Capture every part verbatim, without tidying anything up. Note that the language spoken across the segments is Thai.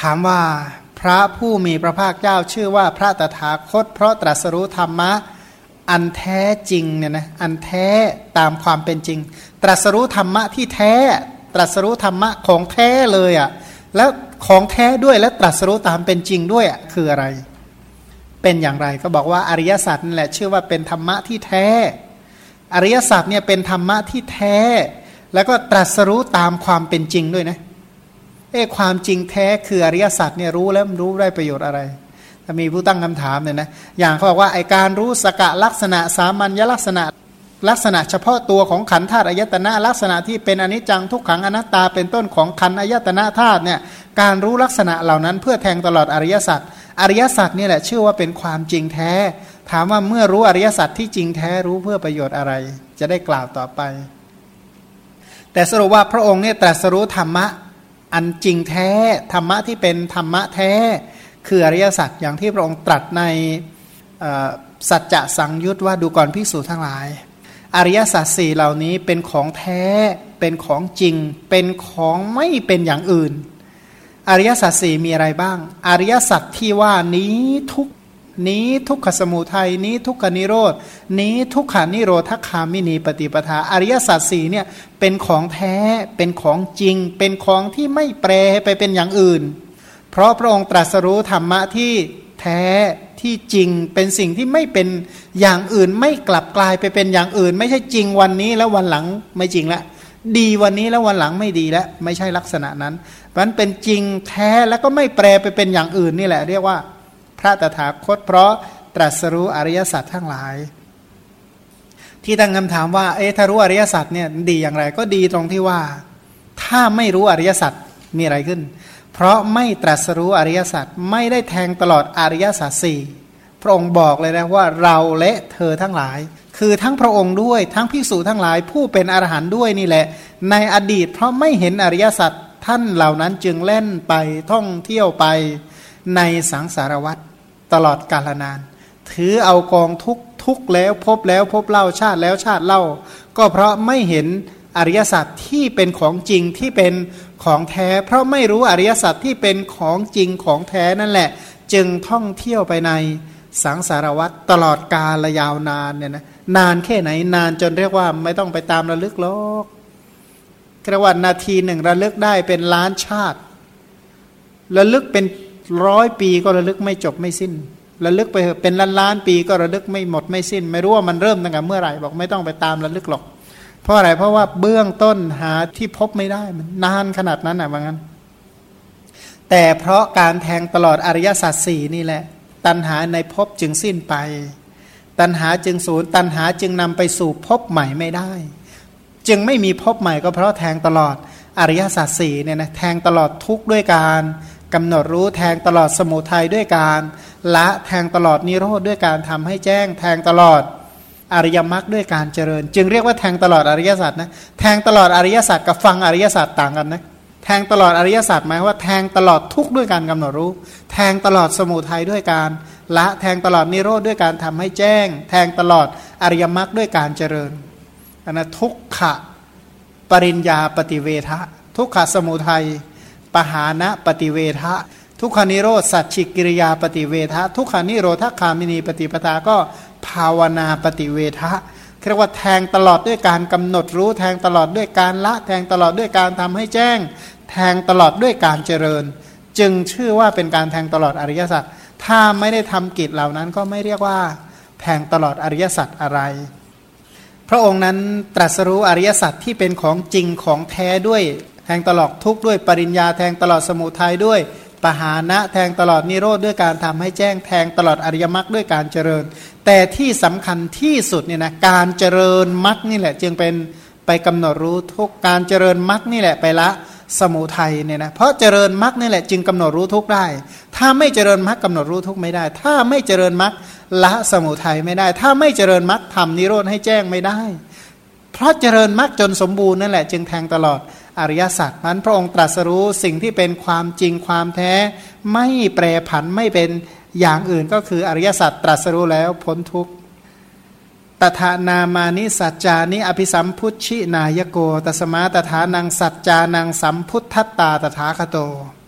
ามว่าพระผู้มีพระภาคเจ้าชื่อว่าพระตถาคตเพราะตรัสรู้ธรรมะอันแท้จริงเนี่ยนะอันแท้ตามความเป็นจริงตรัสรู้ธรรมะที่แท้ตรัสรู้ธรรมะของแท้เลยอ่ะแล้วของแท้ด้วยและตรัสรู้ตามเป็นจริงด้วยอ่ะคืออะไรเป็นอย่างไรก็บอกว่าอริยสัจนั่นแหละชื่อว่าเป็นธรรมะที่แท้อริยสัจเนี่ยเป็นธรรมะที่แท้แล้วก็ตรัสรู้ตามความเป็นจริงด้วยนะเอ๊ะความจริงแท้คืออริยสัจเนี่ยรู้แล้วรู้ได้ประโยชน์อะไรถ้ามีผู้ตั้งคำถามเนี่ยนะอย่างเขาบอกว่าไอการรู้สกะลักษณะสามัญลักษณะลักษณะเฉพาะตัวของขันธ์ธาตุอายตนะลักษณะที่เป็นอนิจจังทุกขังอนัตตาเป็นต้นของขันธ์อายตนะธาตุเนี่ยการรู้ลักษณะเหล่านั้นเพื่อแทงตลอดอริยสัจอริยสัจนี่แหละชื่อว่าเป็นความจริงแท้ถามว่าเมื่อรู้อริยสัจที่จริงแท้รู้เพื่อประโยชน์อะไรจะได้กล่าวต่อไปแต่สรุปว่าพระองค์เนี่ยตรัสรู้ธรรมะอันจริงแท้ธรรมะที่เป็นธรรมะแท้คืออริยสัจอย่างที่พระองค์ตรัสในสัจจะสังยุตว่าดูก่อนภิกษุทั้งหลายอริยสัจสี่เหล่านี้เป็นของแท้เป็นของจริงเป็นของไม่เป็นอย่างอื่นอริยสัจสี่มีอะไรบ้างอริยสัจที่ว่านี้ทุกนี้ทุกขสมุทัยนี้ทุกขนิโรธนี้ทุกขานิโรธคามินีปฏิปทาอริยสัจสี่เนี่ยเป็นของแท้เป็นของจริงเป็นของที่ไม่แปรไปเป็นอย่างอื่นเพราะพระองค์ตรัสรู้ธรรมะที่แท้ที่จริงเป็นสิ่งที่ไม่เป็นอย่างอื่นไม่กลับกลายไปเป็นอย่างอื่นไม่ใช่จริงวันนี้แล้ววันหลังไม่จริงละดีวันนี้แล้ววันหลังไม่ดีแล้วไม่ใช่ลักษณะนั้นมันเป็นจริงแท้แล้วก็ไม่แปรไปเป็นอย่างอื่นนี่แหละเรียกว่าพระตถาคตเพราะตรัสรู้อริยสัจทั้งหลายที่ตั้งคำถามว่าเอ๊ะถ้ารู้อริยสัจเนี่ยดีอย่างไรก็ดีตรงที่ว่าถ้าไม่รู้อริยสัจมีอะไรขึ้นเพราะไม่ตรัสรู้อริยสัจไม่ได้แทงตลอดอริยสัจสี่พระองค์บอกเลยนะว่าเราและเธอทั้งหลายคือทั้งพระองค์ด้วยทั้งภิกษุทั้งหลายผู้เป็นอรหันต์ด้วยนี่แหละในอดีตเพราะไม่เห็นอริยสัจท่านเหล่านั้นจึงเล่นไปท่องเที่ยวไปในสังสารวัฏตลอดกาลนานถือเอากองทุกทุกแล้วพบแล้วพบเล่าชาติแล้วชาติเล่าก็เพราะไม่เห็นอริยสัจที่เป็นของจริงที่เป็นของแท้เพราะไม่รู้อริยสัจที่เป็นของจริงของแท้นั่นแหละจึงท่องเที่ยวไปในสังสารวัฏตลอดกาลยาวนานเนี่ยนะนานแค่ไหนนานจนเรียกว่าไม่ต้องไปตามระลึกหรอกกระวันนาทีหนึ่งระลึกได้เป็นล้านชาติระลึกเป็นร้อยปีก็ระลึกไม่จบไม่สิ้นระลึกไปเป็นล้านล้านปีก็ระลึกไม่หมดไม่สิ้นไม่รู้ว่ามันเริ่มตั้งแต่เมื่อไหร่บอกไม่ต้องไปตามระลึกหรอกเพราะอะไรเพราะว่าเบื้องต้นหาที่พบไม่ได้มันนานขนาดนั้นอ่ะว่างั้นแต่เพราะการแทงตลอดอริยสัจสี่นี่แหละตัณหาในภพจึงสิ้นไปตัณหาจึงสูญตัณหาจึงนำไปสู่ภพใหม่ไม่ได้จึงไม่มีภพใหม่ก็เพราะแทงตลอดอริยสัจสี่เนี่ยนะแทงตลอดทุกข์ด้วยการกำหนดรู้แทงตลอดสมุทัยด้วยการละแทงตลอดนิโรธด้วยการทำให้แจ้งแทงตลอดอริยมรรคด้วยการเจริญจึงเรียกว่าแทงตลอดอริยสัจนะแทงตลอดอริยสัจกับฟังอริยสัจต่างกันนะแทงตลอดอริยสัจหมายว่าแทงตลอดทุกข์ด้วยการกำหนดรู้แทงตลอดสมุทัยด้วยการละแทงตลอดนิโรธด้วยการทำให้แจ้งแทงตลอดอริยมรรคด้วยการเจริญอันนะทุกขะปริญญาปฏิเวทะทุกขะสมุทัยปหานะปฏิเวทะทุกขานิโรธสัจฉิกิริยาปฏิเวทะทุกขานิโรธคามินีปฏิปทาก็ภาวนาปฏิเวทะเรียกว่าแทงตลอดด้วยการกำหนดรู้แทงตลอดด้วยการละแทงตลอดด้วยการทำให้แจ้งแทงตลอดด้วยการเจริญจึงชื่อว่าเป็นการแทงตลอดอริยสัจถ้าไม่ได้ทำกิจเหล่านั้นก็ไม่เรียกว่าแทงตลอดอริยสัจอะไรพระองค์นั้นตรัสรู้อริยสัจที่เป็นของจริงของแท้ด้วยแทงตลอดทุกข์ด้วยปริญญาแทงตลอดสมุทัยด้วยปหานะแทงตลอดนิโรธด้วยการทำให้แจ้งแทงตลอดอริยมรรคด้วยการเจริญแต่ที่สำคัญที่สุดเนี่ยนะการเจริญมรรคนี่แหละจึงเป็นไปกำหนดรู้ทุกการเจริญมรรคนี่แหละไปละสมุทัยเนี่ยนะเพราะเจริญมรรคนี่แหละจึงกำหนดรู้ทุกได้ถ้าไม่เจริญมรรคกำหนดรู้ทุกไม่ได้ถ้าไม่เจริญมรรคละสมุทัยไม่ได้ถ้าไม่เจริญมรรคทำนิโรธให้แจ้งไม่ได้เพราะเจริญมรรคจนสมบูรณ์นั่นแหละจึงแทงตลอดอริยสัจนั้นพระองค์ตรัสรู้สิ่งที่เป็นความจริงความแท้ไม่แปรผันไม่เป็นอย่างอื่นก็คืออริยสัจตรัสรู้แล้วพ้นทุกข์ตถานามานิสัจจานิอภิสัมพุชชินายโกตัสมาตถานังสัจจานังสัมพุทธัตตาตถาคโต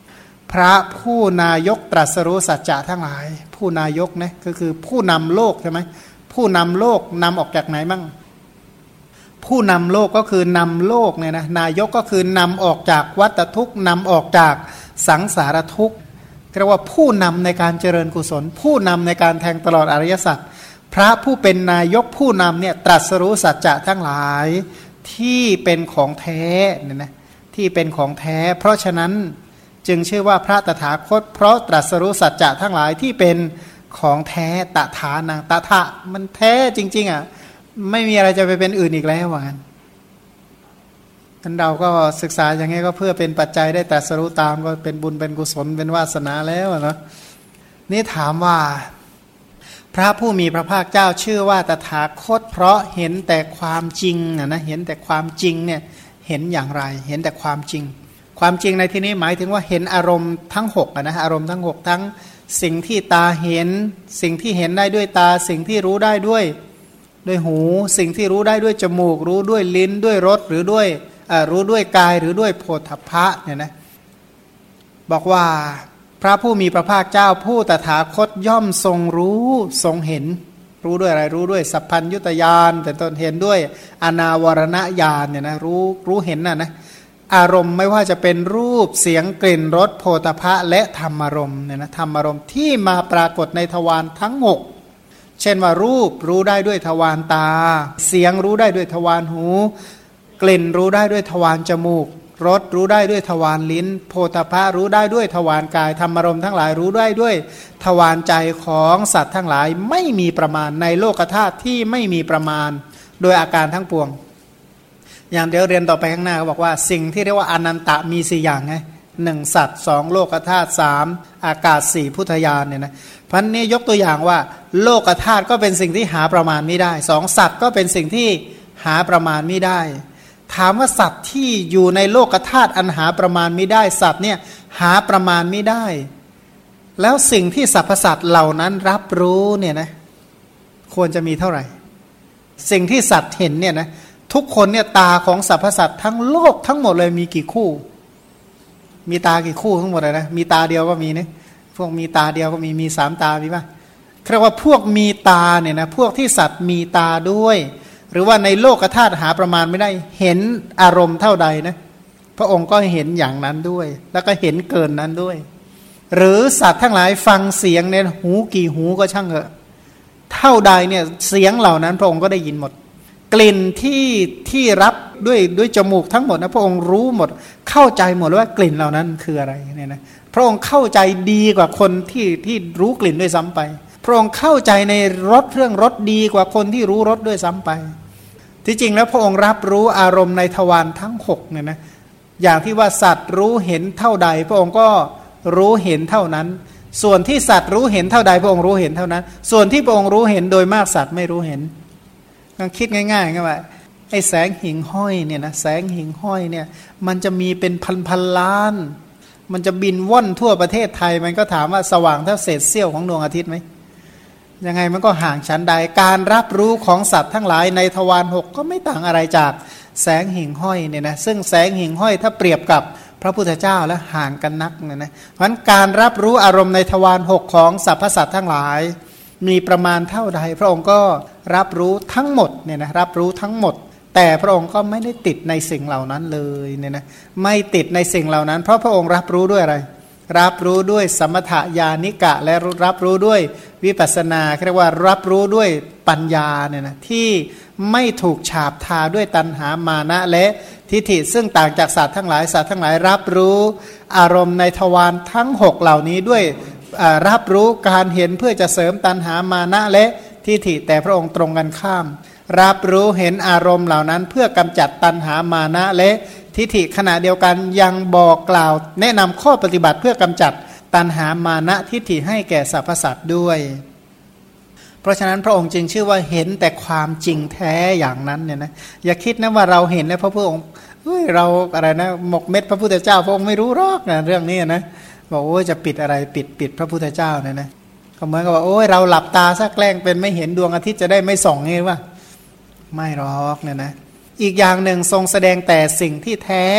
พระผู้นายกตรัสรู้สัจจะทั้งหลายผู้นายกนะก็คือผู้นำโลกใช่ไหมผู้นำโลกนำออกจากไหนมั่งผู้นำโลกก็คือนำโลกเนี่ยนะนายกก็คือนำออกจากวัฏทุกข์นำออกจากสังสารทุกข์เรียกว่าผู้นำในการเจริญกุศลผู้นำในการแทงตลอดอริยสัจพระผู้เป็นนายกผู้นำเนี่ยตรัสรู้สัจจะทั้งหลายที่เป็นของแท้เนี่ยนะที่เป็นของแท้เพราะฉะนั้นจึงชื่อว่าพระตถาคตเพราะตรัสรู้สัจจะทั้งหลายที่เป็นของแท้ตถานังตถะมันแท้จริงๆอ่ะไม่มีอะไรจะไปเป็นอื่นอีกแล้วว่างั้นท่านเราก็ศึกษาอย่างนี้ก็เพื่อเป็นปัจจัยได้ตรัสรู้ตามก็เป็นบุญเป็นกุศลเป็นวาสนาแล้วนะนี่ถามว่าพระผู้มีพระภาคเจ้าชื่อว่าตถาคตเพราะเห็นแต่ความจริงนะนะเห็นแต่ความจริงเนี่ยเห็นอย่างไรเห็นแต่ความจริงความจริงในที่นี้หมายถึงว่าเห็นอารมณ์ทั้งหกนะอารมณ์ทั้งหกทั้งสิ่งที่ตาเห็นสิ่งที่เห็นได้ด้วยตาสิ่งที่รู้ได้ด้วยด้วยหูสิ่งที่รู้ได้ด้วยจมูกรู้ด้วยลิ้นด้วยรสหรือด้วยรู้ด้วยกายหรือด้วยโผฏฐัพพะเนี่ยนะบอกว่าพระผู้มีพระภาคเจ้าผู้ตถาคตย่อมทรงรู้ทรงเห็นรู้ด้วยอะไรรู้ด้วยสัพพัญญุตญาณแต่ตนเห็นด้วยอนาวรณญาณเนี่ยนะรู้รู้เห็นน่ะนะอารมณ์ไม่ว่าจะเป็นรูปเสียงกลิ่นรสโผฏฐัพพะและธรรมารมณ์เนี่ยนะธรรมารมณ์ที่มาปรากฏในทวารทั้งหกเช่นว่ารูปรู้ได้ด้วยทวารตาเสียงรู้ได้ด้วยทวารหูกลิ่นรู้ได้ด้วยทวารจมูกรสรู้ได้ด้วยทวารลิ้นโผฏฐัพพะรู้ได้ด้วยทวารกายธรรมารมณ์ทั้งหลายรู้ได้ด้วยทวารใจของสัตว์ทั้งหลายไม่มีประมาณในโลกธาตุที่ไม่มีประมาณโดยอาการทั้งปวงอย่างเดี๋ยวเรียนต่อไปข้างหน้าเขาบอกว่าสิ่งที่เรียกว่าอนันตะมีสี่อย่างไงหนึ่งสัตว์สองโลกธาตุสามอากาศสี่พุทธญาณเนี่ยนะเพราะนี้ยกตัวอย่างว่าโลกธาตุก็เป็นสิ่งที่หาประมาณไม่ได้สองสัตว์ก็เป็นสิ่งที่หาประมาณไม่ได้ถามว่าสัตว์ที่อยู่ในโลกธาตุอันหาประมาณไม่ได้สัตว์เนี่ยหาประมาณไม่ได้แล้วสิ่งที่สรรพสัตว์เหล่านั้นรับรู้เนี่ยนะควรจะมีเท่าไหร่สิ่งที่สัตว์เห็นเนี่ยนะทุกคนเนี่ยตาของสรรพสัตว์ทั้งโลกทั้งหมดเลยมีกี่คู่มีตากี่คู่ทั้งหมดเลยนะมีตาเดียวก็มีนะพวกมีตาเดียวก็มีมีสามตามีป่ะเรียกว่าพวกมีตาเนี่ยนะพวกที่สัตว์มีตาด้วยหรือว่าในโลกธาตุหาประมาณไม่ได้เห็นอารมณ์เท่าใดนะพระองค์ก็เห็นอย่างนั้นด้วยแล้วก็เห็นเกินนั้นด้วยหรือสัตว์ทั้งหลายฟังเสียงเนี่ยหูกี่หูก็ช่างเถอะเท่าใดเนี่ยเสียงเหล่านั้นพระองค์ก็ได้ยินหมดกลิ่นที่ที่รับด้วยด้วยจมูกทั้งหมดนะพระองค์รู้หมดเข้าใจหมดว่ากลิ่นเหล่านั้นคืออะไรเนี่ยนะพระองค์เข้าใจดีกว่าคนที่ที่รู้กลิ่นด้วยซ้ำไปพระองค์เข้าใจในรสเครื่องรสดีกว่าคนที่รู้รสด้วยซ้ำไปที่จริงแล้วพระองค์รับรู้อารมณ์ในทวารทั้งหกเนี่ยนะอย่างที่ว่าสัตว์รู้เห็นเท่าใดพระองค์ก็รู้เห็นเท่านั้นส่วนที่สัตว์รู้เห็นเท่าใดพระองค์รู้เห็นเท่านั้นส่วนที่พระองค์รู้เห็นโดยมากสัตว์ไม่รู้เห็นลองคิดง่ายๆก็ว่าไอ้แสงหิ่งห้อยเนี่ยนะแสงหิ่งห้อยเนี่ยมันจะมีเป็นพันพันล้านมันจะบินว่อนทั่วประเทศไทยมันก็ถามว่าสว่างเท่าเศษเสี้ยวของดวงอาทิตย์ไหมยังไงมันก็ห่างชั้นใดการรับรู้ของสัตว์ทั้งหลายในทวารหกก็ไม่ต่างอะไรจากแสงหิ่งห้อยเนี่ยนะซึ่งแสงหิ่งห้อยถ้าเปรียบกับพระพุทธเจ้าแล้วห่างกันนักเนี่ยนะเพราะฉะนั้นการรับรู้อารมณ์ในทวารหกของสรรพสัตว์ทั้งหลายมีประมาณเท่าใดพระองค์ก็รับรู้ทั้งหมดเนี่ยนะรับรู้ทั้งหมดแต่พระองค์ก็ไม่ได้ติดในสิ่งเหล่านั้นเลยเนี่ยนะไม่ติดในสิ่งเหล่านั้นเพราะพระองค์รับรู้ด้วยอะไรรับรู้ด้วยสมถญาณิกะและรับรู้ด้วยวิปัสสนาเรียกว่ารับรู้ด้วยปัญญาเนี่ยนะที่ไม่ถูกฉาบทาด้วยตัณหามานะและทิฏฐิซึ่งต่างจากสัตว์ทั้งหลายสัตว์ทั้งหลายรับรู้อารมณ์ในทวารทั้งหกเหล่านี้ด้วยรับรู้การเห็นเพื่อจะเสริมตัณหามานะและทิฏฐิแต่พระองค์ตรงกันข้ามรับรู้เห็นอารมณ์เหล่านั้นเพื่อกำจัดตัณหามานะและทิฏฐิขณะเดียวกันยังบอกกล่าวแนะนำข้อปฏิบัติเพื่อกำจัดตัณหามานะทิฏฐิให้แก่สรรพสัตว์ด้วยเพราะฉะนั้นพระองค์จึงชื่อว่าเห็นแต่ความจริงแท้อย่างนั้นเนี่ยนะอย่าคิดนะว่าเราเห็นนะพระพุทธองค์เฮ้ยเราอะไรนะหมกเม็ดพระพุทธเจ้าพระองค์ไม่รู้หรอกนะเรื่องนี้นะบอกโอ้ยจะปิดอะไรปิดปิดพระพุทธเจ้าเนี่ยนะก็เหมือนกับว่าโอ้ยเราหลับตาสักแกล้งเป็นไม่เห็นดวงอาทิตย์จะได้ไม่ส่องไงวะไม่หรอกเนี่ยนะอีกอย่างหนึ่งทรงแสดงแต่สิ่งที่แท้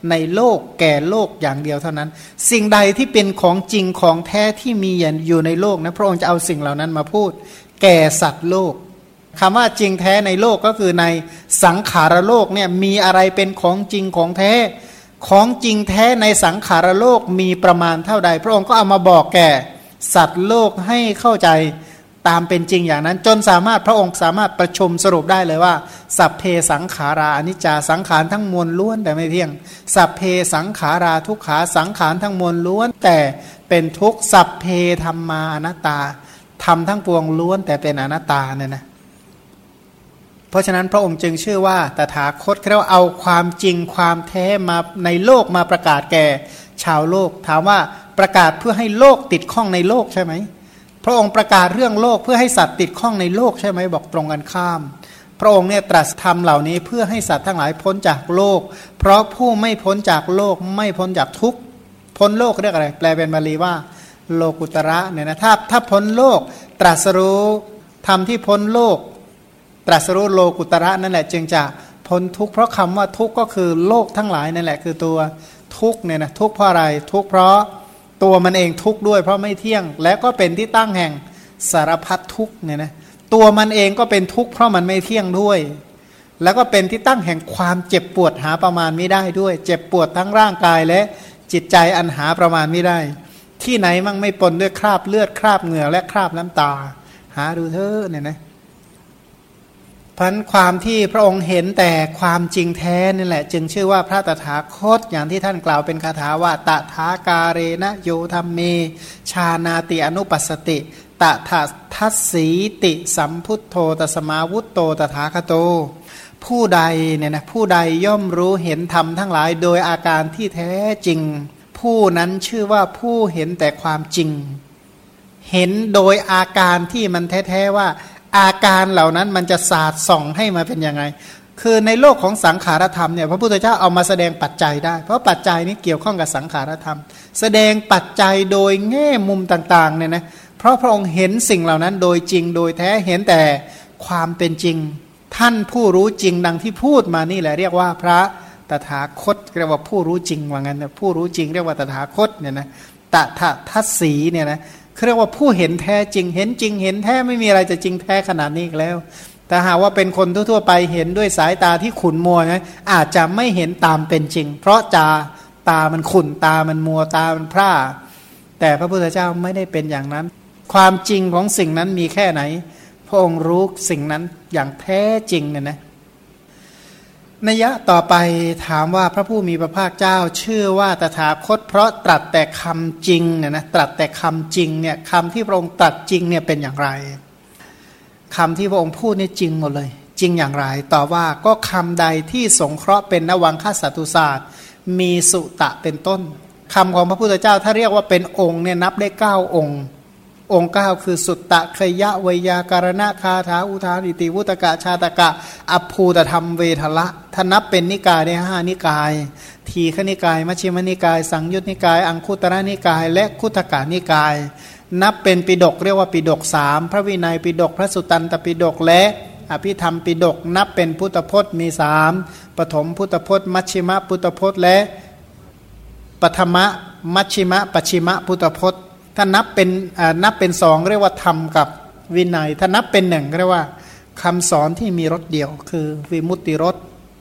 ในโลกแก่โลกอย่างเดียวเท่านั้นสิ่งใดที่เป็นของจริงของแท้ที่มีอยู่ในโลกนะพระองค์จะเอาสิ่งเหล่านั้นมาพูดแก่สัตว์โลกคำว่าจริงแท้ในโลกก็คือในสังขารโลกเนี่ยมีอะไรเป็นของจริงของแท้ของจริงแท้ในสังขารโลกมีประมาณเท่าใดพระองค์ก็เอามาบอกแก่สัตว์โลกให้เข้าใจตามเป็นจริงอย่างนั้นจนสามารถพระองค์สามารถประชุมสรุปได้เลยว่าสัพเพสังขาราอนิจจาสังขารทั้งมวลล้วนแต่ไม่เที่ยงสัพเพสังขาราทุกขาสังขารทั้งมวลล้วนแต่เป็นทุกข์สัพเพธัมมาอนัตตาธรรมทั้งปวงล้วนแต่เป็นอนัตตาเนี่ยนะเพราะฉะนั้นพระองค์จึงชื่อว่าตถาคตเขาเอาความจริงความแท้มาในโลกมาประกาศแก่ชาวโลกถามว่าประกาศเพื่อให้โลกติดข้องในโลกใช่ไหมพระองค์ประกาศเรื่องโลกเพื่อให้สัตว์ติดข้องในโลกใช่ไหมบอกตรงกันข้ามพระองค์เนี่ยตรัสธรรมเหล่านี้เพื่อให้สัตว์ทั้งหลายพ้นจากโลกเพราะผู้ไม่พ้นจากโลกไม่พ้นจากทุกข์พ้นโลกเรียกอะไรแปลเป็นบาลีว่าโลกุตระเนี่ยนะถ้าถ้าพ้นโลกตรัสรู้ธรรมที่พ้นโลกตรัสรู้โลกุตระนั่นแหละจึงจะพ้นทุกข์เพราะคำว่าทุกข์ก็คือโลกทั้งหลายนั่นแหละคือตัวทุกข์เนี่ยนะทุกข์เพราะอะไรทุกข์เพราะตัวมันเองทุกข์ด้วยเพราะไม่เที่ยงและก็เป็นที่ตั้งแห่งสารพัดทุกข์เนี่ยนะตัวมันเองก็เป็นทุกข์เพราะมันไม่เที่ยงด้วยแล้วก็เป็นที่ตั้งแห่งความเจ็บปวดหาประมาณไม่ได้ด้วยเจ็บปวดทั้งร่างกายและจิตใจอันหาประมาณไม่ได้ที่ไหนมั่งไม่ปนด้วยคราบเลือดคราบเหงื่อและคราบน้ำตาหาดูเถอะเนี่ยนะพันความที่พระองค์เห็นแต่ความจริงแท้นี่แหละจึงชื่อว่าพระตถาคตอย่างที่ท่านกล่าวเป็นคาถาว่าตถาการเรนะโยธรรมเมชานาติอนุปัสสติตถาทัสสีติสัมพุทโธตสมาวุตโตตถาคโตผู้ใดเนี่ยนะผู้ใดย่อมรู้เห็นธรรมทั้งหลายโดยอาการที่แท้จริงผู้นั้นชื่อว่าผู้เห็นแต่ความจริงเห็นโดยอาการที่มันแท้ๆว่าอาการเหล่านั้นมันจะสาดส่องให้มาเป็นยังไงคือในโลกของสังขารธรรมเนี่ยพระพุทธเจ้าเอามาแสดงปัจจัยได้เพราะปัจจัยนี้เกี่ยวข้องกับสังขารธรรมแสดงปัจจัยโดยแง่มุมต่างๆเนี่ยนะเพราะพระองค์เห็นสิ่งเหล่านั้นโดยจริงโดยแท้เห็นแต่ความเป็นจริงท่านผู้รู้จริงดังที่พูดมานี่แหละเรียกว่าพระตถาคตเรียกว่าผู้รู้จริงว่างั้นนะผู้รู้จริงเรียกว่าตถาคตเนี่ยนะตถาทัสสีเนี่ยนะเรียกว่าผู้เห็นแท้จริงเห็นจริงเห็นแท้ไม่มีอะไรจะจริงแท้ขนาดนี้อีกแล้วแต่หากว่าเป็นคนทั่วๆไปเห็นด้วยสายตาที่ขุ่นมัวนะอาจจะไม่เห็นตามเป็นจริงเพราะจาตามันขุ่นตามันมัวตามันพร่าแต่พระพุทธเจ้าไม่ได้เป็นอย่างนั้นความจริงของสิ่งนั้นมีแค่ไหนพระองค์รู้สิ่งนั้นอย่างแท้จริงเนี่ยนะนัยยะต่อไปถามว่าพระผู้มีพระภาคเจ้าชื่อว่าตถาคตเพราะตรัสแต่คำจริงเนี่ยนะตรัสแต่คำจริงเนี่ยคำที่พระองค์ตรัสจริงเนี่ยเป็นอย่างไรคำที่พระองค์พูดนี่จริงหมดเลยจริงอย่างไรตอบว่าก็คำใดที่สงเคราะห์เป็นนวังคสัตตุศาสตร์มีสุตะเป็นต้นคำของพระพุทธเจ้าถ้าเรียกว่าเป็นองค์เนี่ยนับได้เก้าองค์องค์เก้าคือสุตตะขยะเวยาการณะคาถาอุทานอิติวุตกะชาตกะอภูตธรรมเวทละถ้านับเป็นนิกายได้ห้านิกายทีฆนิกายมัชฌิมนิกายสังยุตนิกายอังคุตระนิกายและคุตกะนิกายนับเป็นปิฎกเรียกว่าปิฎกสามพระวินัยปิฎกพระสุตตันตปิฎกและอภิธรรมปิฎกนับเป็นพุทธพจน์มีสามปฐมพุทธพจน์มัชฌิมพุทธพจน์และปฐมมัชฌิมปัจฉิมพุทธพจน์ถ้านับเป็นนับเป็นสองเรียกว่าธรรมกับวินัยถ้านับเป็นหนึ่งเรียกว่าคำสอนที่มีรสเดียวคือวิมุตติรส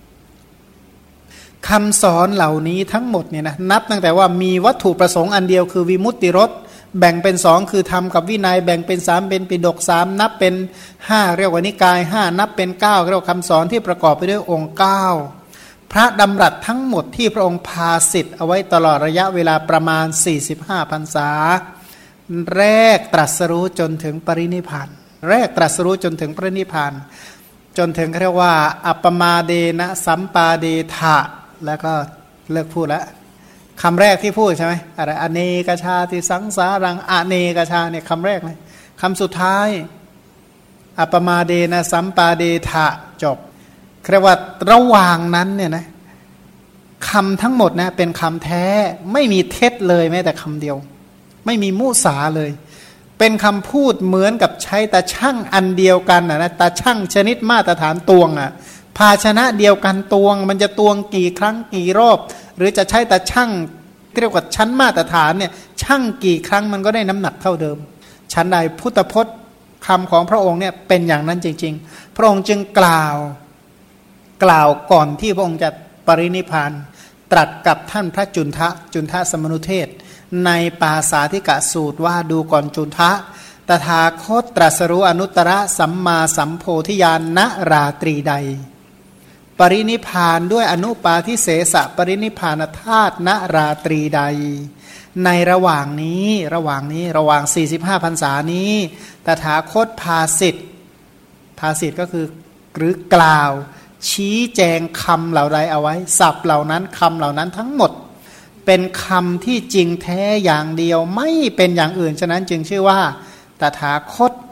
คำสอนเหล่านี้ทั้งหมดเนี่ยนะนับตั้งแต่ว่ามีวัตถุประสงค์อันเดียวคือวิมุตติรสแบ่งเป็นสองคือธรรมกับวินัยแบ่งเป็นสามเป็นปิฎกสามนับเป็นห้าเรียกว่านิกายห้านับเป็นเก้าเรียกว่าคำสอนที่ประกอบไปด้วยองค์เก้าพระดำรัสทั้งหมดที่พระองค์พาสิทธิ์เอาไว้ตลอดระยะเวลาประมาณสี่สิบห้าพรรษาแรกตรัสรู้จนถึงปรินิพพานแรกตรัสรู้จนถึงปรินิพพานจนถึงเรียกว่าอัปปมาเดนะสัมปาเดทะแล้วก็เลิกพูดแล้วคำแรกที่พูดใช่ไหมอะไรอเนกชาติสังสารังอเนกชาเนี่ยคำแรกเลยคำสุดท้ายอัปปมาเดนะสัมปาเดทะจบเรียกว่าระหว่างนั้นเนี่ยนะคำทั้งหมดนะเป็นคำแท้ไม่มีเท็จเลยแม้แต่คำเดียวไม่มีมุสาเลยเป็นคำพูดเหมือนกับใช้ตาช่างอันเดียวกันนะนะตาช่างชนิดมาตรฐานตวงอ่ะภาชนะเดียวกันตวงมันจะตวงกี่ครั้งกี่รอบรือจะใช้แต่ช่างเรียกว่าชั้นมาตรฐานเนี่ยช่างกี่ครั้งมันก็ได้น้ำหนักเท่าเดิมชั้นใดพุทธพจน์คำของพระองค์เนี่ยเป็นอย่างนั้นจริงๆพระองค์จึงกล่าวกล่าวก่อนที่พระองค์จะปรินิพพานตรัสกับท่านพระจุนทะจุนทะสมณุเทศในปาสาธิกสูตรว่าดูก่อนจุนทะตถาคตตรัสรู้อนุตตรสัมมาสัมโพธิญาณณราตรีใดปรินิพพานด้วยอนุปาทิเสสะปรินิพพานธาตุณราตรีใดในระหว่างนี้ระหว่างนี้ระหว่างสี่สิบห้าพรรษานี้ตถาคตภาสิทธภาสิทธก็คือหรือกล่าวชี้แจงคำเหล่าใดเอาไว้ศัพท์เหล่านั้นคำเหล่านั้นทั้งหมดเป็นคำที่จริงแท้อย่างเดียวไม่เป็นอย่างอื่นฉะนั้นจึงชื่อว่าตถาคต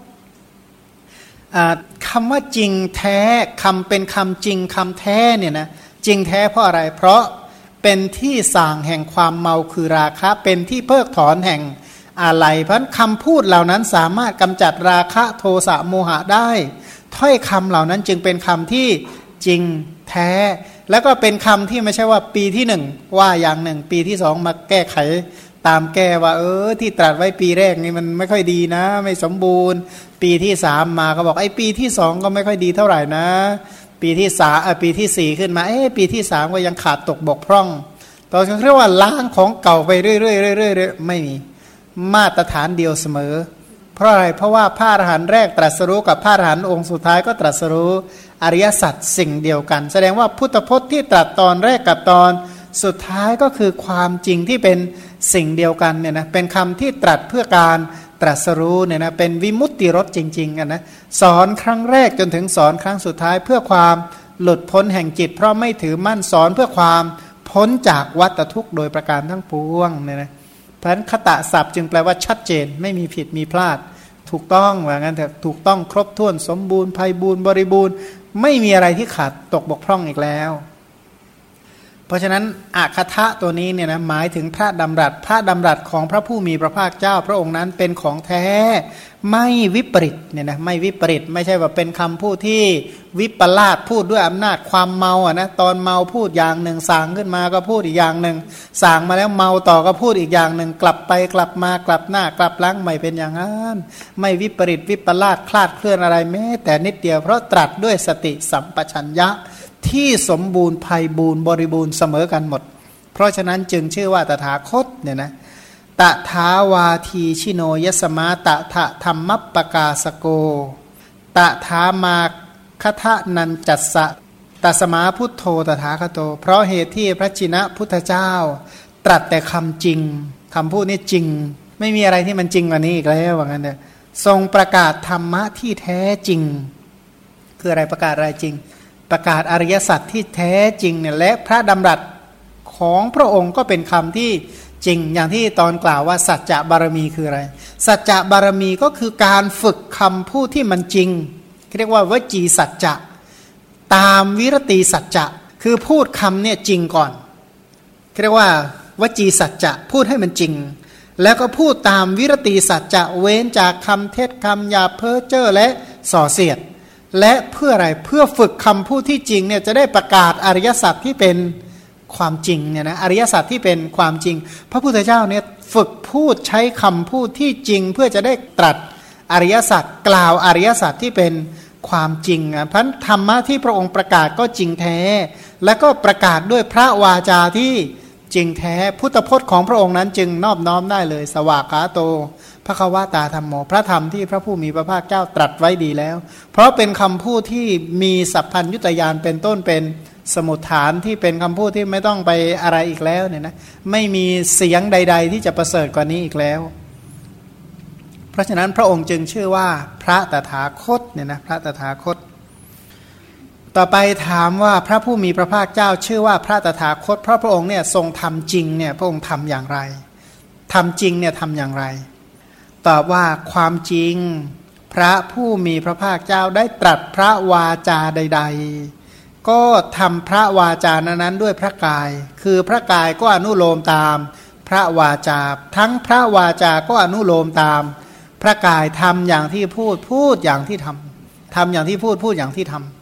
คำว่าจริงแท้คำเป็นคำจริงคำแท้เนี่ยนะจริงแท้เพราะอะไรเพราะเป็นที่ส่างแห่งความเมาคือราคะเป็นที่เพิกถอนแห่งอะไรเพราะคำพูดเหล่านั้นสามารถกำจัดราคะโทสะโมหะได้ถ้อยคำเหล่านั้นจึงเป็นคำที่จริงแท้แล้วก็เป็นคำที่ไม่ใช่ว่าปีที่หนึ่งว่าอย่างหนึ่งปีที่สองมาแก้ไขตามแก้ว่าเออที่ตรัสไว้ปีแรกนี่มันไม่ค่อยดีนะไม่สมบูรณ์ปีที่สามมาก็บอกไอ้ปีที่สองก็ไม่ค่อยดีเท่าไหร่นะปีที่สามปีที่สี่ขึ้นมาเอ้ปีที่สามก็ยังขาดตกบกพร่องตอนนี้เรียกว่าล้างของเก่าไปเรื่อยๆเรื่อยๆไม่มีมาตรฐานเดียวเสมอเพราะอะไรเพราะว่าพระอรหันต์แรกตรัสรู้กับพระอรหันต์องค์สุดท้ายก็ตรัสรู้อริยสัจสิ่งเดียวกันแสดงว่าพุทธพจน์ที่ตรัสตอนแรกกับตอนสุดท้ายก็คือความจริงที่เป็นสิ่งเดียวกันเนี่ยนะเป็นคำที่ตรัสเพื่อการตรัสรู้เนี่ยนะเป็นวิมุตติรสจริงๆกันนะสอนครั้งแรกจนถึงสอนครั้งสุดท้ายเพื่อความหลุดพ้นแห่งจิตเพราะไม่ถือมั่นสอนเพื่อความพ้นจากวัฏทุกข์โดยประการทั้งปวงเนี่ยนะเพราะฉะนั้นคตศัพท์จึงแปลว่าชัดเจนไม่มีผิดมีพลาดถูกต้องว่างั้นแต่ถูกต้องครบถ้วนสมบูรณ์ไพบูรณ์บริบูรณ์ไม่มีอะไรที่ขาดตกบกพร่องอีกแล้วเพราะฉะนั้นอัคทะตัวนี้เนี่ยนะหมายถึงพระดำรัสพระดำรัสของพระผู้มีพระภาคเจ้าพระองค์นั้นเป็นของแท้ไม่วิปริตเนี่ยนะไม่วิปริตไม่ใช่ว่าเป็นคำพูดที่วิปลาสพูดด้วยอำนาจความเมาอ่ะนะตอนเมาพูดอย่างหนึ่งสางขึ้นมาก็พูดอีกอย่างหนึ่งสางมาแล้วเมาต่อก็พูดอีกอย่างหนึ่งกลับไปกลับมากลับหน้ากลับหลังไม่เป็นอย่างนั้นไม่วิปริตวิปลาสคลาดเคลื่อนอะไรแม้แต่นิดเดียวเพราะตรัสด้วยสติสัมปชัญญะที่สมบูรณ์ไพบูรณ์บริบูรณ์เสมอกันหมดเพราะฉะนั้นจึงชื่อว่าตถาคตเนี่ยนะตถาวาทีชิโนยสมาตถะธรรมปกาสโกตถามาคทะนันจัสสะตัสมาพุทโธตถาคโตเพราะเหตุที่พระชินะพุทธเจ้าตรัสแต่คำจริงคำพูดนี้จริงไม่มีอะไรที่มันจริงกว่านี้อีกแล้วว่างั้นเถอะทรงประกาศธรรมะที่แท้จริงคืออะไรประกาศอะไรจริงประกาศอริยสัจที่แท้จริงเนี่ยและพระดำรัสของพระองค์ก็เป็นคำที่จริงอย่างที่ตอนกล่าวว่าสัจจะบารมีคืออะไรสัจจะบารมีก็คือการฝึกคำพูดที่มันจริงเรียกว่าวจีสัจจะตามวิรติสัจจะคือพูดคำเนี่ยจริงก่อนเรียกว่าวจีสัจจะพูดให้มันจริงแล้วก็พูดตามวิรติสัจจะเว้นจากคำเท็จคำหยาบเพ้อเจ้อและส่อเสียดและเพื่ออะไรเพื่อฝึกคำพูดที่จริงเนี่ยจะได้ประกาศอริยสัจที่เป็นความจริงเนี่ยนะอริยสัจที่เป็นความจริงพระพุทธเจ้าเนี่ยฝึกพูดใช้คำพูดที่จริงเพื่อจะได้ตรัสอริยสัจกล่าวอริยสัจที่เป็นความจริงอ่ะเพราะธรรมะที่พระองค์ประกาศก็จริงแท้และก็ประกาศด้วยพระวาจาที่จริงแท้พุทธพจน์ของพระองค์นั้นจึงนอบน้อมได้เลยสวากขาโตพระควตาธัมโมพระธรรมที่พระผู้มีพระภาคเจ้าตรัสไว้ดีแล้วเพราะเป็นคำพูดที่มีสัพพัญญุตญาณเป็นต้นเป็นสมุฏฐานที่เป็นคำพูดที่ไม่ต้องไปอะไรอีกแล้วเนี่ยนะไม่มีเสียงใดๆที่จะประเสริฐกว่านี้อีกแล้วเพราะฉะนั้นพระองค์จึงชื่อว่าพระตถาคตเนี่ยนะพระตถาคตต่อไปถามว่าพระผู้มีพระภาคเจ้าชื่อว่าพระตถาคตเพราะพระองค์เนี่ยทรงทำจริงเนี่ยพระองค์ทำอย่างไรทำจริงเนี่ยทำอย่างไรตอบว่าความจริงพระผู้มีพระภาคเจ้าได้ตรัสพระวาจาใดๆก็ทำพระวาจานั้นด้วยพระกายคือพระกายก็อนุโลมตามพระวาจาทั้งพระวาจาก็อนุโลมตามพระกายทำอย่างที่พูดพูดอย่างที่ทำทำอย่างที่พูดพูดอย่างที่ทำเพ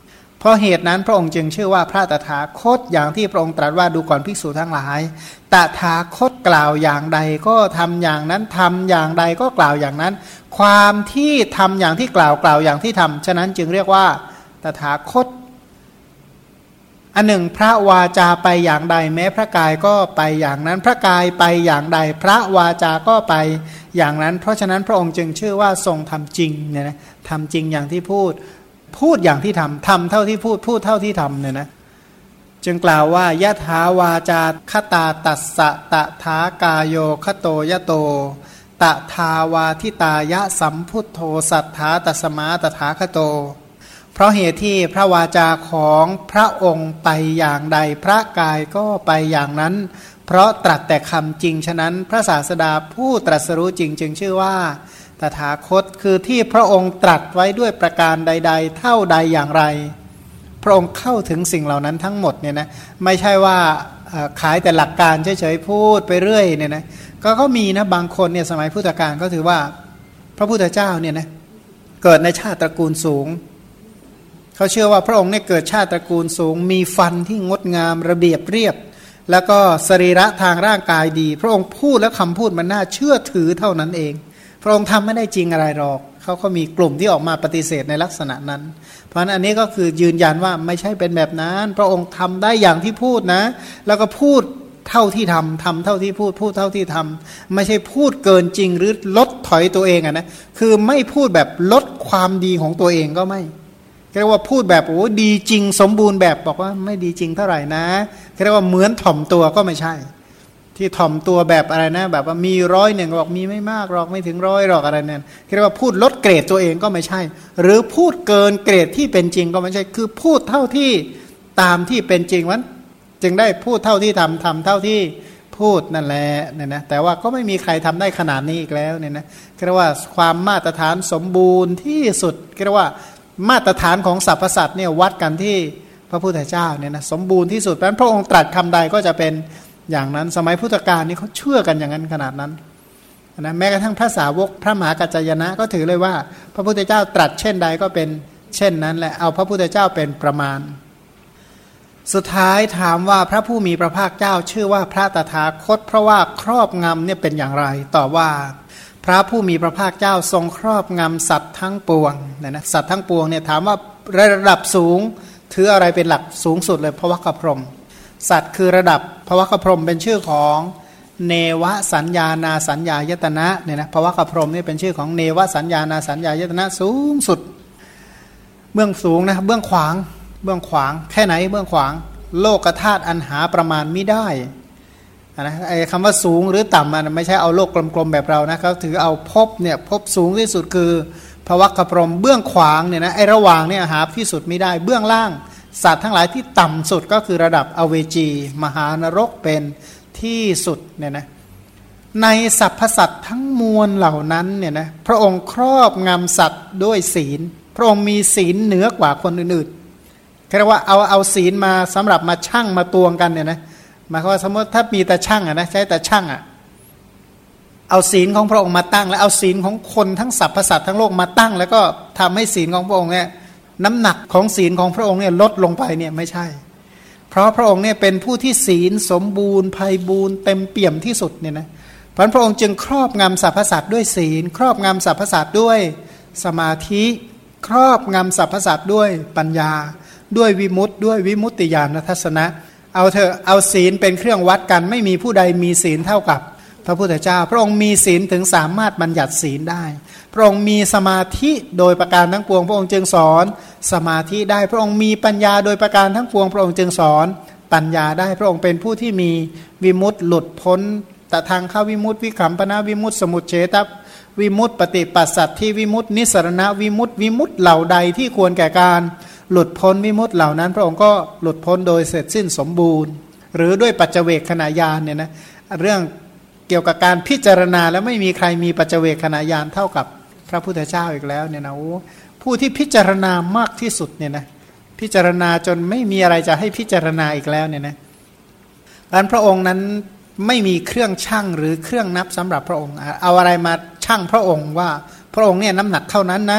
ราะเหตุนั้นพระองค์จึงชื่อว่าพระตถาคตอย่างที่พระองค์ตรัสว่าดูก่อนภิกษุทั้งหลายตถาคตกล่าวอย่างใดก็ทำอย่างนั้นทำอย่างใดก็กล่าวอย่างนั้นความที่ทำอย่างที่กล่าวกล่าวอย่างที่ทำฉะนั้นจึงเรียกว่าตถาคตอันหนึ่งพระวาจาไปอย่างใดแม้พระกายก็ไปอย่างนั้นพระกายไปอย่างใดพระวาจาก็ไปอย่างนั้นเพราะฉะนั้นพระองค์จึงชื่อว่าทรงทำจริงเนี่ยนะทำจริงอย่างที่พูดพูดอย่างที่ทำทำเท่าที่พูดพูดเท่าที่ทำเนี่ยนะจึงกล่าวว่ายะถาวาจาคตาตัสสะตถากายโยคโตยะโตตถาวาทิตายะสัมพุทโธสัทธาตัสมาตถาคโตเพราะเหตุที่พระวาจาของพระองค์ไปอย่างใดพระกายก็ไปอย่างนั้นเพราะตรัสแต่คำจริงฉะนั้นพระศาสดาผู้ตรัสรู้จริงจึงชื่อว่าตถาคตคือที่พระองค์ตรัสไว้ด้วยประการใดๆเท่าใดอย่างไรพระองค์เข้าถึงสิ่งเหล่านั้นทั้งหมดเนี่ยนะไม่ใช่ว่าขายแต่หลักการเฉยๆพูดไปเรื่อยเนี่ยนะก็ก็มีนะบางคนเนี่ยสมัยพุทธกาลก็ถือว่าพระพุทธเจ้าเนี่ยนะเกิดในชาติตระกูลสูงเขาเชื่อว่าพระองค์เนี่ยเกิดชาติตระกูลสูงมีฟันที่งดงามระเบียบเรียบแล้วก็สรีระทางร่างกายดีพระองค์พูดแล้วคำพูดมันน่าเชื่อถือเท่านั้นเองพระองค์ทำไม่ได้จริงอะไรหรอกเขาก็มีกลุ่มที่ออกมาปฏิเสธในลักษณะนั้นเพราะฉะนั้นอันนี้ก็คือยืนยันว่าไม่ใช่เป็นแบบนั้นพระองค์ทำได้อย่างที่พูดนะแล้วก็พูดเท่าที่ทำทำเท่าที่พูดพูดเท่าที่ทำไม่ใช่พูดเกินจริงหรือลดถอยตัวเองอ่ะนะคือไม่พูดแบบลดความดีของตัวเองก็ไม่เรียกว่าพูดแบบโอ้ดีจริงสมบูรณ์แบบบอกว่าไม่ดีจริงเท่าไหร่นะเรียกว่าเหมือนถ่อมตัวก็ไม่ใช่ที่ถ่อมตัวแบบอะไรนะแบบว่ามีร้อยหนึ่งบอกมีไม่มากหรอกไม่ถึงร้อยหรอกอะไรเนี่ยเรียกว่าพูดลดเกรดตัวเองก็ไม่ใช่หรือพูดเกินเกรดที่เป็นจริงก็ไม่ใช่คือพูดเท่าที่ตามที่เป็นจริงวันจึงได้พูดเท่าที่ทำทำเท่าที่พูดนั่นแหละเนี่ยนะแต่ว่าก็ไม่มีใครทำได้ขนาดนี้อีกแล้วเนี่ยนะเรียกว่าความมาตรฐานสมบูรณ์ที่สุดเรียกว่ามาตรฐานของสรรพสัตว์เนี่ยวัดกันที่พระพุทธเจ้าเนี่ยนะสมบูรณ์ที่สุดเพราะฉะนั้นพระองค์ตรัสคำใดก็จะเป็นอย่างนั้นสมัยพุทธกาลนี่เขาเชื่อกันอย่างนั้นขนาดนั้นนะแม้กระทั่งพระสาวกพระมหากัจจายนะก็ถือเลยว่าพระพุทธเจ้าตรัสเช่นใดก็เป็นเช่นนั้นแหละเอาพระพุทธเจ้าเป็นประมาณสุดท้ายถามว่าพระผู้มีพระภาคเจ้าชื่อว่าพระตถาคตเพราะว่าครอบงำเนี่ยเป็นอย่างไรตอบว่าพระผู้มีพระภาคเจ้าทรงครอบงำสัตว์ทั้งปวงเนี่ยนะสัตว์ทั้งปวงเนี่ยถามว่าระดับสูงถืออะไรเป็นหลักสูงสุดเลยภวคพรหมสัตว์คือระดับภวคพรหมเป็นชื่อของเนวสัญญานาสัญญายตนะเนี่ยนะภวคพรหมนี่เป็นชื่อของเนวสัญญานาสัญญายตนะสูงสุดเบื้องสูงนะเบื้องขวางเบื้องขวางแค่ไหนเบื้องขวางโลกธาตุอันหาประมาณไม่ได้นะไอ้คำว่าสูงหรือต่ำมันไม่ใช่เอาโลกกลมๆแบบเรานะเขาถือเอาภพเนี่ยภพสูงที่สุดคือภวคพรหมเบื้องขวางเนี่ยนะไอ้ระหว่างเนี่ยหาที่สุดไม่ได้เบื้องล่างสัตว์ทั้งหลายที่ต่ำสุดก็คือระดับอเวจีมหานรกเป็นที่สุดเนี่ยนะในสรรพสัตว์ทั้งมวลเหล่านั้นเนี่ยนะพระองค์ครอบงำสัตว์ด้วยศีลพระองค์มีศีลเหนือกว่าคนอื่นๆเรียกว่าเอาเอาศีลมาสำหรับมาชั่งมาตวงกันเนี่ยนะหมายความว่าสมมติถ้ามีแต่ชั่งอ่ะนะใช้แต่ชั่งอ่ะเอาศีลของพระองค์มาตั้งแล้วเอาศีลของคนทั้งสรรพสัตว์ทั้งโลกมาตั้งแล้วก็ทำให้ศีลของพระองค์เนี่ยน้ำหนักของศีลของพระองค์เนี่ยลดลงไปเนี่ยไม่ใช่เพราะพระองค์เนี่ยเป็นผู้ที่ศีลสมบูรณ์ไพบูรณ์เต็มเปี่ยมที่สุดเนี่ยนะเพราะพระองค์จึงครอบงำสรรพสัตว์ด้วยศีลครอบงำสรรพสัตว์ด้วยสมาธิครอบงำสรรพสัตว์ด้วยปัญญาด้วยวิมุตติด้วยวิมุตติญาณทัศนะเอาเถอะเอาศีลเป็นเครื่องวัดกันไม่มีผู้ใดมีศีลเท่ากับพระพุทธเจ้าพระองค์มีศีลถึงสามารถบัญญัติศีลได้พระองค์มีสมาธิโดยประการทั้งปวงพระองค์จึงสอนสมาธิได้พระองค์มีปัญญาโดยประการทั้งปวงพระองค์จึงสอนปัญญาได้พระองค์เป็นผู้ที่มีวิมุตติหลุดพ้นแต่ทางเข้าวิมุตติวิคัมปนาวิมุตติสมุจเฉทวิมุตติปฏิปัสสัตถิวิมุตตินิสรณวิมุตติวิมุตติเหล่าใดที่ควรแก่การหลุดพ้นวิมุตติเหล่านั้นพระองค์ก็หลุดพ้นโดยเสร็จสิ้นสมบูรณ์หรือด้วยปัจเจเวคขณะญาณเนี่ยนะเรื่องเกี่ยวกับการพิจารณาแล้วไม่มีใครมีปัจเจเวคขณะญาณเท่ากับพระพุทธเจ้าอีกแล้วเนี่ยนะโอ้ผู้ที่พิจารณามากที่สุดเนี่ยนะพิจารณาจนไม่มีอะไรจะให้พิจารณาอีกแล้วเนี่ยนะดังนั้นพระองค์นั้นไม่มีเครื่องชั่งหรือเครื่องนับสำหรับพระองค์เอาอะไรมาชั่งพระองค์ว่าพระองค์เนี่ยน้ำหนักเท่านั้นนะ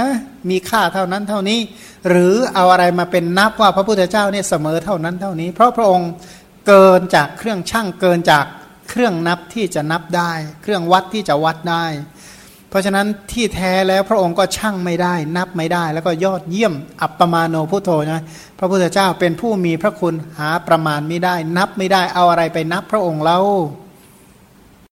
มีค่าเท่านั้นเท่านี้หรือเอาอะไรมาเป็นนับว่าพระพุทธเจ้าเนี่ยเสมอเท่านั้นเท่านี้เพราะพระองค์เกินจากเครื่องชั่งเกินจากเครื่องนับที่จะนับได้เครื่องวัดที่จะวัดได้เพราะฉะนั้นที่แท้แล้วพระองค์ก็ชั่งไม่ได้นับไม่ได้แล้วก็ยอดเยี่ยมอัปปมาโนพุทโธนะพระพุทธเจ้าเป็นผู้มีพระคุณหาประมาณไม่ได้นับไม่ได้เอาอะไรไปนับพระองค์เล่า